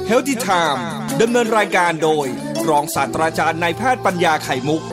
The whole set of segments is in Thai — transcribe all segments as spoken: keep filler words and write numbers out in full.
Healthy Time ดำเนินรายการโดยรองศาสตราจารย์นายแพทย์ปัญญาไข่มุก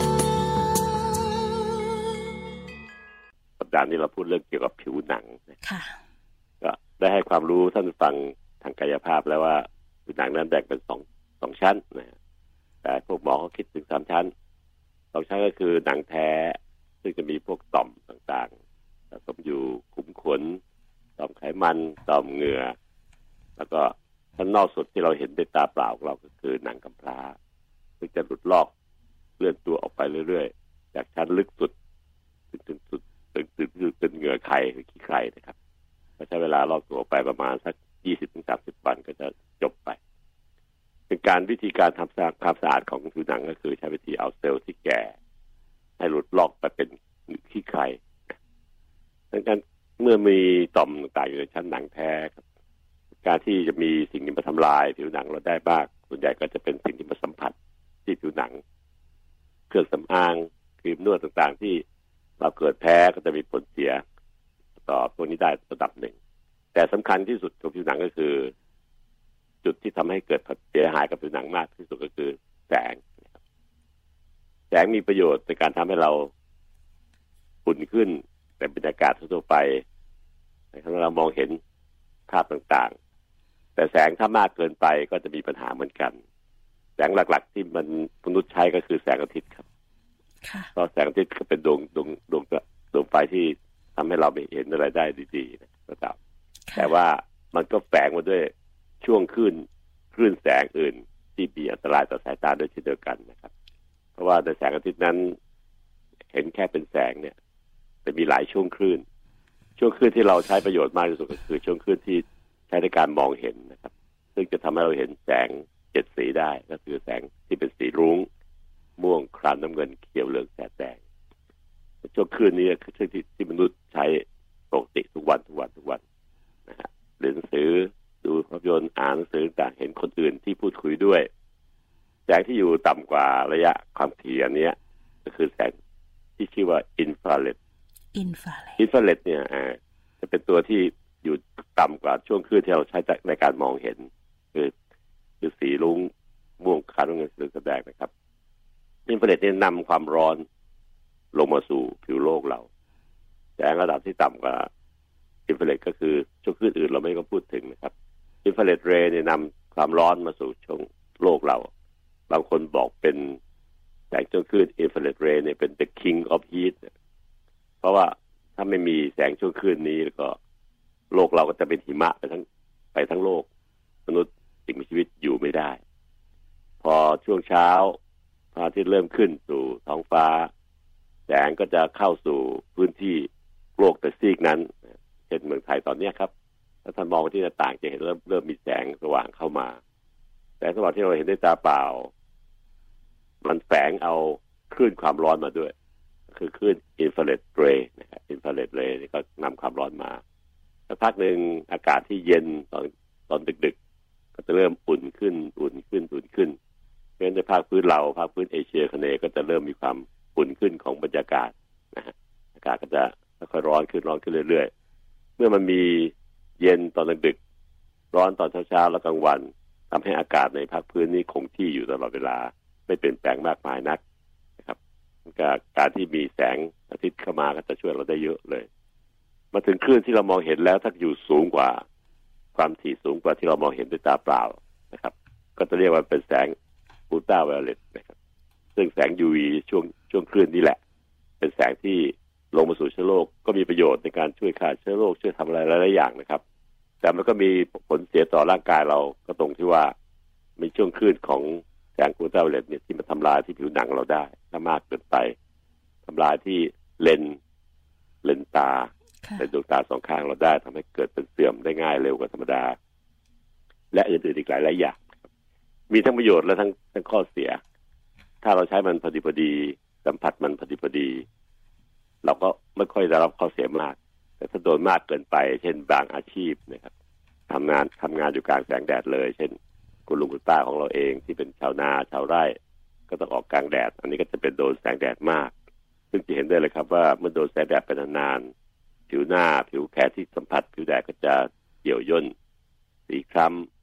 สัปดาห์นี้เราพูดเรื่องเกี่ยวกับผิวหนังก็ได้ให้ความรู้ท่านฟังทางกายภาพแล้วว่าผิวหนังนั้นแบ่งเป็นสองสองชั้นนะแต่พวกหมอเขาคิดถึงสามชั้นสองชั้นก็คือหนังแท้ซึ่งจะมีพวกต่อมต่างๆสะสมอยู่ขุมขนต่อมไขมันต่อมเหงื่อแล้วก็ชั้นนอกสุดที่เราเห็นด้วยตาเปล่าของเราก็คือหนังกำพร้าซึ่งจะหลุดลอกเลื่อนตัวออกไปเรื่อยๆจากชั้นลึกสุดถึงถึงสุดถึงถึงถึงเหงื่อไข่หรือขี้ไข่นะครับก็ใช้เวลาลอกตัวไปประมาณสัก ยี่สิบถึงสามสิบ วันก็จะจบไปเป็นการวิธีการทำความสะอาดของผิวหนังก็คือใช้วิธีเอาเซลล์ที่แก่ให้หลุดลอกไปเป็นขี้ไข่ดังนั้นเมื่อมีต่อมต่างๆอยู่ในชั้นหนังแท้ครับการที่จะมีสิ่งที่มาทำลายผิวหนังเราได้บ้างส่วนใหญ่ก็จะเป็นสิ่งที่มาสัมผัสที่ผิวหนังเครื่องสำอางครีมนวดต่างๆที่เราเกิดแพ้ก็จะมีผลเสียต่อพวกนี้ได้ระดับหนึ่งแต่สำคัญที่สุดของผิวหนังก็คือจุดที่ทำให้เกิดเสียหายกับผิวหนังมากที่สุดก็คือแสงแสงมีประโยชน์ในการทำให้เราอุ่นขึ้นแต่บรรยากาศทั่วไปทำให้เรามองเห็นภาพต่างๆแต่แสงถ้ามากเกินไปก็จะมีปัญหาเหมือนกันแสงหลักๆที่มันมนุษย์ใช้ก็คือแสงอาทิตย์ครับเพราะแสงอาทิตย์ก็เป็นดวงดวงดวงดวงไฟที่ทำให้เราไม่เห็นอะไรได้ดีๆนะครับแต่ว่ามันก็แฝงมาด้วยช่วงคลื่นคลื่นแสงอื่นที่มีอันตรายต่อสายตาด้วยเช่นเดียวกันนะครับเพราะว่าในแสงอาทิตย์นั้นเห็นแค่เป็นแสงเนี่ยแต่มีหลายช่วงคลื่นช่วงคลื่นที่เราใช้ประโยชน์มากที่สุดก็คือช่วงคลื่นที่ใช้ในการมองเห็นนะครับซึ่งจะทำให้เราเห็นแสงเจ็ดสีได้ก็คือแสงที่เป็นสีรุ้งม่วงครามน้ำเงินเขียวเหลืองแสดแดงช่วงคลื่นนี้คือช่วงที่ที่มนุษย์ใช้ปกติทุกวันทุกวันทุกวันนะฮะเรียนหนังสือดูภาพยนตร์อ่านหนังสือต่างเห็นคนอื่นที่พูดคุยด้วยแสงที่อยู่ต่ำกว่าระยะความถี่อันนี้ก็คือแสงที่ชื่อว่าอินฟราเรดอินฟราเรดอินฟราเรดเนี่ยอ่าจะเป็นตัวที่อยู่ต่ำกว่าช่วงคลื่นที่เราใช้ในการมองเห็นคือคือสีรุ้งม่วงครามน้ำเงินเหลืองแสดงนะครับอินฟราเรดเนี่ยนำความร้อนลงมาสู่ผิวโลกเราแสงระดับที่ต่ำกว่าอินฟราเรดก็คือช่วงคลื่นอื่นเราไม่ต้องพูดถึงนะครับอินฟราเรดเรย์เนี่ยนำความร้อนมาสู่ช่วงโลกเราบางคนบอกเป็นแสงช่วงคลื่นอินฟราเรดเรย์เนี่ยเป็น the king of heat เพราะว่าถ้าไม่มีแสงช่วงคลื่นนี้แล้วก็โลกเราก็จะเป็นหิมะไปทั้งไปทั้งโลกมนุษย์สิ่งมีชีวิตอยู่ไม่ได้พอช่วงเช้าพระอาทิตย์เริ่มขึ้นสู่ท้องฟ้าแสงก็จะเข้าสู่พื้นที่โลกแต่ซีกนั้นเช่นเมืองไทยตอนนี้ครับถ้าท่านมองไปที่หน้าต่างจะเห็นเริ่มเริ่มมีแสงสว่างเข้ามาแสงสว่างที่เราเห็นด้วยตาเปล่ามันแฝงเอาคลื่นความร้อนมาด้วยคือคลื่นอินฟราเรดเรย์นะครับอินฟราเรดเรย์นี่ก็นำความร้อนมาสักพักหนึ่งอากาศที่เย็นตอนตอนดึกๆก็จะเริ่มอุ่นขึ้นอุ่นขึ้นอุ่นขึ้นเพราะฉะนั้นในภาคพื้นเราภาคพื้นเอเชียคเนก็จะเริ่มมีความอุ่นขึ้นของบรรยากาศนะฮะอากาศก็จะค่อยๆร้อนขึ้นร้อนขึ้นเรื่อยๆเมื่อมันมีเย็นตอนดึกร้อนตอนเช้าๆแล้วกลางวันทำให้อากาศในภาคพื้นนี้คงที่อยู่ตลอดเวลาไม่เปลี่ยนแปลงมากมายนักนะครับการที่มีแสงอาทิตย์เข้ามาก็จะช่วยเราได้เยอะเลยมาถึงคลื่นที่เรามองเห็นแล้วถ้าอยู่สูงกว่าความถี่สูงกว่าที่เรามองเห็นด้วยตาเปล่านะครับก็จะเรียกว่าเป็นแสงอุลตราไวโอเลตนะครับซึ่งแสง ยู วี ช่วงช่วงคลื่นนี้แหละเป็นแสงที่ลงมาสู่เชื้อโรคก็มีประโยชน์ในการช่วยฆ่าเชื้อโรคช่วยทำอะไรหลายๆอย่างนะครับแต่มันก็มีผลเสียต่อร่างกายเราก็ตรงที่ว่ามีช่วงคลื่นของแสงอุลตราไวโอเลตเนี่ยที่มันทำลายที่ผิวหนังเราได้ถ้ามากเกินไปทำลายที่เลนเลนตาในดวงตาสองข้างเราได้ทำให้เกิดเป็นเสื่อมได้ง่ายเร็วกว่าธรรมดาและอื่นๆอีกหลายหลายอย่างมีทั้งประโยชน์และทั้งทั้งข้อเสียถ้าเราใช้มันพอดีพอดีสัมผัสมันพอดีพอดีเราก็ไม่ค่อยได้รับข้อเสียมากแต่ถ้าโดนมากเกินไปเช่นบางอาชีพนะครับทำงานทำงานอยู่กลางแสงแดดเลยเช่นคุณลุงคุณป้าของเราเองที่เป็นชาวนาชาวไร่ก็ต้องออกกลางแดดอันนี้ก็จะเป็นโดนแสงแดดมากซึ่งจะเห็นได้เลยครับว่าเมื่อโดนแสงแดดเป็นนานๆผิวหน้าผิวแขนที่สัมผัสผิวแดดก็จะเหี่ยวย่นสีคล้ำ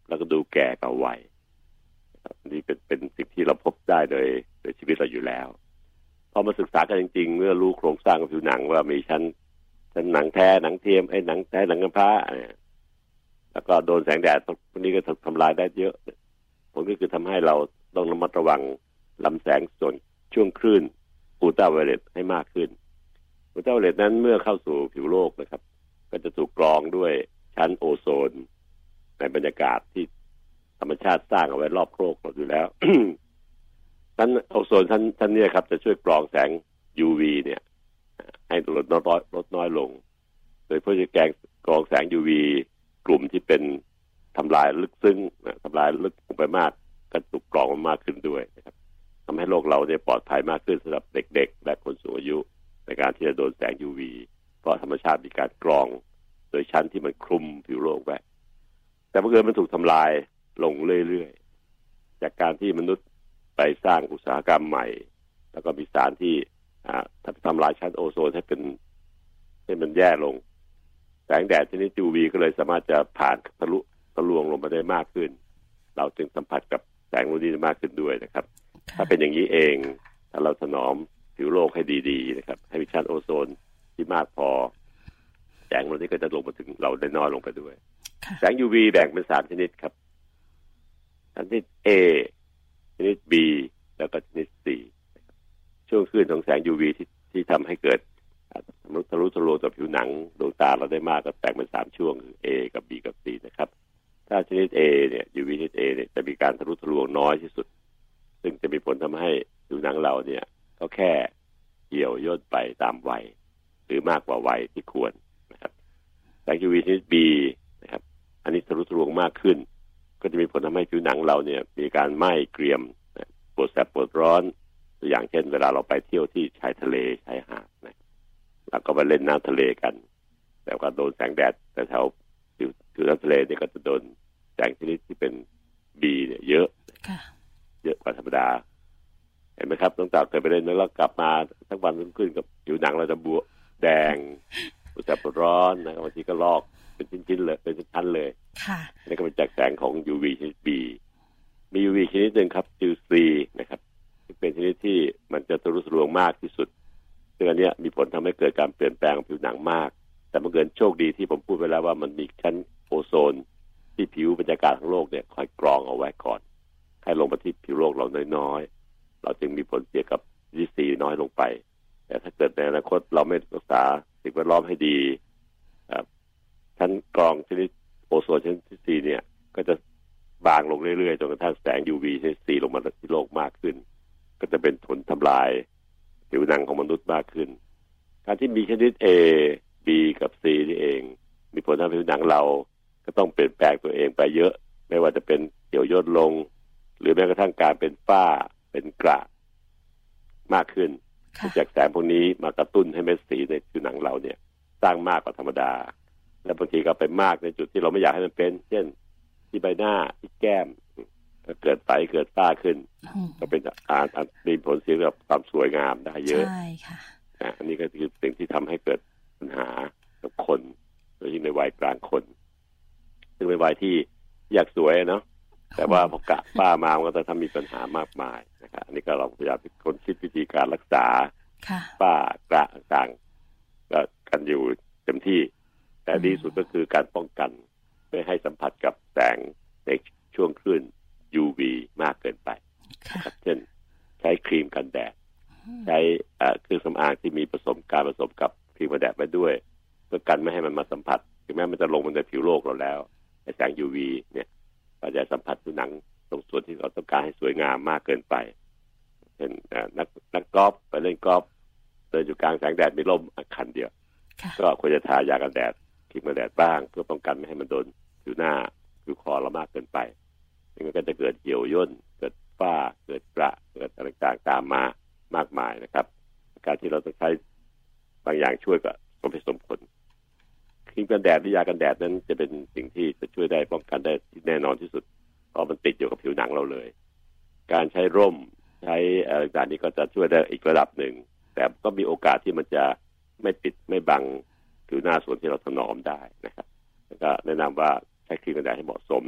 แล้วก็ดูแก่กว่าวัยนี่เป็นเป็นสิ่งที่เราพบได้โดยโดยชีวิตเราอยู่แล้วพอมาศึกษากันจริงๆเมื่อรู้โครงสร้างของผิวหนังว่ามีชั้นชั้นหนังแท้หนังเทียมไอ้หนังแท้หนังกำพร้าแล้วก็โดนแสงแดดพวกนี้ก็ทำลายได้เยอะผลก็คือทำให้เราต้องระมัดระวังลำแสงส่วนช่วงคลื่นอูลตราไวโอเลตให้มากขึ้นอูลตราไวโอเลตนั้นเมื่อเข้าสู่ผิวโลกนะครับก็จะถูกกรองด้วยชั้นโอโซนในบรรยากาศที่ธรรมชาติสร้างเอาไว้รอบโลกเราอยู่แล้ว ชั้นโอโซนชั้นชั้นนี้ครับจะช่วยกรองแสง ยู วี เนี่ยให้ลดน้อยลดน้อยลงโดยเพื่อจะแกงกรองแสง ยู วี กลุ่มที่เป็นทำลายลึกซึ้งทำลายลึกลงไปมากก็ถูกกรองมากขึ้นด้วยนะครับทำให้โลกเราเนี่ยปลอดภัยมากขึ้นสำหรับเด็กๆและคนสูงอายุในการที่จะโดนแสง ยู วี เพราะธรรมชาติมีการกรองโดยชั้นที่มันคลุมผิวโลกไว้แต่เมื่อเกิดมันถูกทำลายลงเรื่อยๆจากการที่มนุษย์ไปสร้างอุตสาหกรรมใหม่แล้วก็มีสารที่ทำลายชั้นโอโซนให้เป็นให้มันแย่ลงแสงแดดชนิด ยู วี ก็เลยสามารถจะผ่านทะลุทะลวงลงมาได้มากขึ้นเราจึงสัมผัสกับแสงนี้ได้มากขึ้นด้วยนะครับถ้าเป็นอย่างนี้เองถ้าเราถนอมผิวโลกให้ดีๆนะครับให้มีชั้นโอโซนที่มากพอแสงนี้ก็จะลงมาถึงเราได้น้อยลงไปด้วยแสง ยู วี แบ่งเป็นสามชนิดครับชนิด A ชนิด B แล้วก็ชนิด C ช่วงคลื่นของแสง ยู วี ที่ที่ทำให้เกิดทะลุทะลวงต่อผิวหนังดวงตาเราได้มากก็แบ่งเป็นสามช่วงคือ A กับ B กับ C นะครับถ้าชนิด A เนี่ย ยู วี ชนิด A เนี่ยจะมีการทะลุทะลวงน้อยที่สุดซึ่งจะมีผลทำให้ผิวหนังเราเนี่ยก็แค่เหี่ยวย่นไปตามวัยหรือมากกว่าวัยที่ควรนะครับแสง ยู วี ชนิด B นะครับอันนี้ทะลุทะลวงมากขึ้นก็จะมีผลทำให้ผิวหนังเราเนี่ยมีการไหม้เกรียมปวดแสบปวดร้อนตัวอย่างเช่นเวลาเราไปเที่ยวที่ชายทะเลชายหาดนะแล้วก็ไปเล่นน้ำทะเลกันแต่ก็โดนแสงแดดแต่แถวผิวผิวน้ำทะเลเนี่ยก็จะโดนแสงชนิดที่เป็น B เนี่ยเยอะเยอะกว่าธรรมดาเห็นไหมครับตั้งแต่เคยไปเล่นแล้วกลับมาทั้งวันทั้งคืนกับผิวหนังเราจะบวมแดงปวดแสบปวดร้อนนะบางทีก็ลอกเป็นชิ้นๆเลยเป็นชั้นๆเลยนี่ก็เป็นจากแสงของ ยู วี ชนิด B มี ยู วี ชนิดหนึ่งครับคือ C นะครับเป็นชนิดที่มันจะทะลุทะลวงมากที่สุดซึ่งอันนี้มีผลทำให้เกิดการเปลี่ยนแปลงของผิวหนังมากแต่บังเอิญโชคดีที่ผมพูดไปแล้วว่ามันมีชั้นโอโซนที่ผิวบรรยากาศของโลกเนี่ยคอยกรองเอาไว้ก่อนให้ลงมาที่ผิวโลกเราน้อยๆเราจึงมีผลเสียกับดีซีน้อยลงไปแต่ถ้าเกิดในอนาคตเราไม่รักษาสิ่งแวดล้อมให้ดีชั้นกรองชนิดโอโซนชนิดที่สี่เนี่ยก็จะบางลงเรื่อยๆจนกระทั่งแสง ยู วี ชนิดสี่ลงมาที่โลกมากขึ้นก็จะเป็นผลทำลายผิวหนังของมนุษย์มากขึ้นการที่มีชนิด A B กับ C นี่เองมีผลทำให้ผิวหนังเราก็ต้องเปลี่ยนแปลงตัวเองไปเยอะไม่ว่าจะเป็นเหี่ยวย่นลงหรือแม้กระทั่งการเป็นฝ้าเป็นกระมากขึ้นจากแสงพวกนี้มากระตุ้นให้เม็ดสีในผิวหนังเราเนี่ยสร้างมากกว่าธรรมดาและบางทีก็ไปมากในจุดที่เราไม่อยากให้มันเป็นเช่นที่ใบหน้าที่แก้มก็เกิดไฝเกิดฝ้าขึ้นก็เป็นอาจมีผลเสียกับความสวยงามได้เยอะใช่ค่ะอันนี้ก็คือสิ่งที่ทำให้เกิดปัญหากับคนโดยเฉพาะในวัยกลางคนซึ่งเป็นวัยที่อยากสวยเนาะแต่ว่าพอกะฝ้ามามันก็จะทำมีปัญหามากมายนะครับอันนี้ก็เราพยายามค้นคิดวิธีการรักษาฝ้ากระต่างๆก็กันอยู่เต็มที่แต่ดีสุดก็คือการป้องกันไม่ให้สัมผัสกับแสงในช่วงคลื่น ยู วี มากเกินไปนะครับเช่นใช้ครีมกันแดดใช้เครื่องสำอางที่มีผสมการผสมกับครีมกันแดดไปด้วยเพื่อกันไม่ให้มันมาสัมผัสถึงแม้มันจะลงบนในผิวโลกเราแล้วแสง ยู วี เนี่ยก็จะสัมผัสผิวหนังตรงส่วนที่เราต้องการให้สวยงามมากเกินไปเช่นนักนักกอล์ฟไปเล่นกอล์ฟเดินอยู่กลางแสงแดดมีลมคันเดียวก็ควรจะทายากันแดดครีมกันแดดบ้างเพื่อป้องกันไม่ให้มันโดนผิวหน้าผิวคอเรามากเกินไปมันก็จะเกิดเหี่ยวย่นเกิดฝ้าเกิดกระเกิดอะไรต่างๆตามมามากมายนะครับการที่เราต้องใช้บางอย่างช่วยก็สมเหตุสมผลครีมกันแดดหรือยากันแดดนั้นจะเป็นสิ่งที่จะช่วยได้ป้องกันได้แน่นอนที่สุดเพราะมันติดอยู่กับผิวหนังเราเลยการใช้ร่มใช้อะไรต่างๆนี้ก็จะช่วยได้อีกระดับหนึ่งแต่ก็มีโอกาสที่มันจะไม่ปิดไม่บังผิวหน้าส่วนที่เราถนอมได้นะครับแล้วก็แนะนำว่าใช้ครีมกันแดดให้เหมาะสม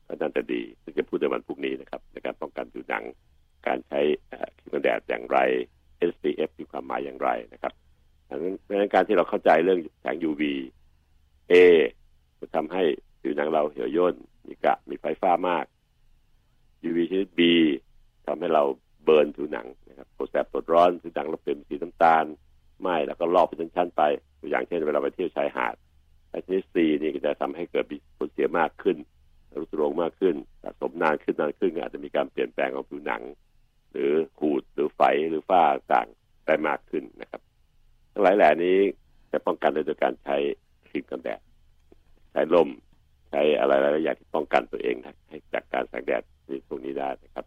ก็น่าจะดีซึ่งจะพูดในวันพรุ่งนี้นะครับในการป้องกันผิวหนังการใช้ครีมกันแดดอย่างไร เอส พี เอฟ มีความหมายอย่างไรนะครับดังนั้นการที่เราเข้าใจเรื่องแสง ยู วี A จะทำให้ผิวหนังเราเหี่ยวย่นมีกระมีไฟฟ้ามาก ยู วี ชนิด B ทำให้เราเบิร์นผิวหนังนะครับปวดแสบปวดร้อนผิวหนังเราเป็นสีน้ำตาลไหม้แล้วก็ลอกเป็นชั้นๆไปตัวอย่างเช่นเวลาไปเที่ยวชายหาดชนิด C นี่ก็จะทำให้เกิดผลเสียมากขึ้นรุดโทรมมากขึ้นสะสมนานขึ้นนานขึ้นอาจจะมีการเปลี่ยนแปลงของผิวหนังหรือขูดหรือไฝหรือฝ้าต่างได้มากขึ้นนะครับทั้งหลายแหล่นี้จะป้องกันโดยการใช้ครีมกันแดดใช้ร่มใช้อะไรหลายอย่างที่ป้องกันตัวเองให้จากการแสงแดดในพวกนี้ได้นะครับ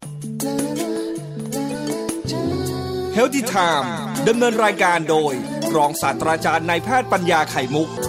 Healthy Time ดำเนินรายการโดยรองศาสตราจารย์นายแพทย์ปัญญาไข่มุก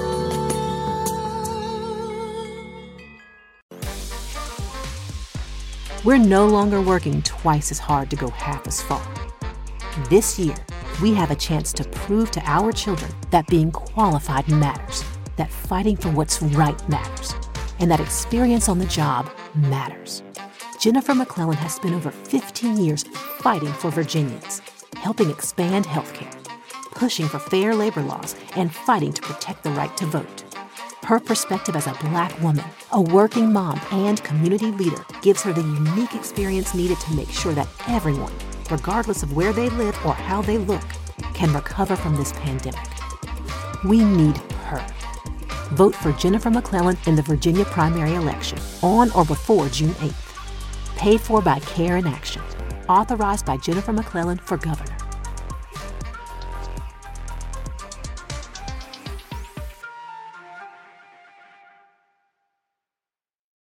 We're no longer working twice as hard to go half as far. This year, we have a chance to prove to our children that being qualified matters, that fighting for what's right matters, and that experience on the job matters. Jennifer McClellan has spent over fifteen years fighting for Virginians, helping expand healthcare, pushing for fair labor laws, and fighting to protect the right to vote. Her perspective as a Black woman, a working mom, and community leader gives her the unique experience needed to make sure that everyone, regardless of where they live or how they look, can recover from this pandemic. We need her. Vote for Jennifer McClellan in the Virginia primary election on or before June eighth. Paid for by Care in Action. Authorized by Jennifer McClellan for governor.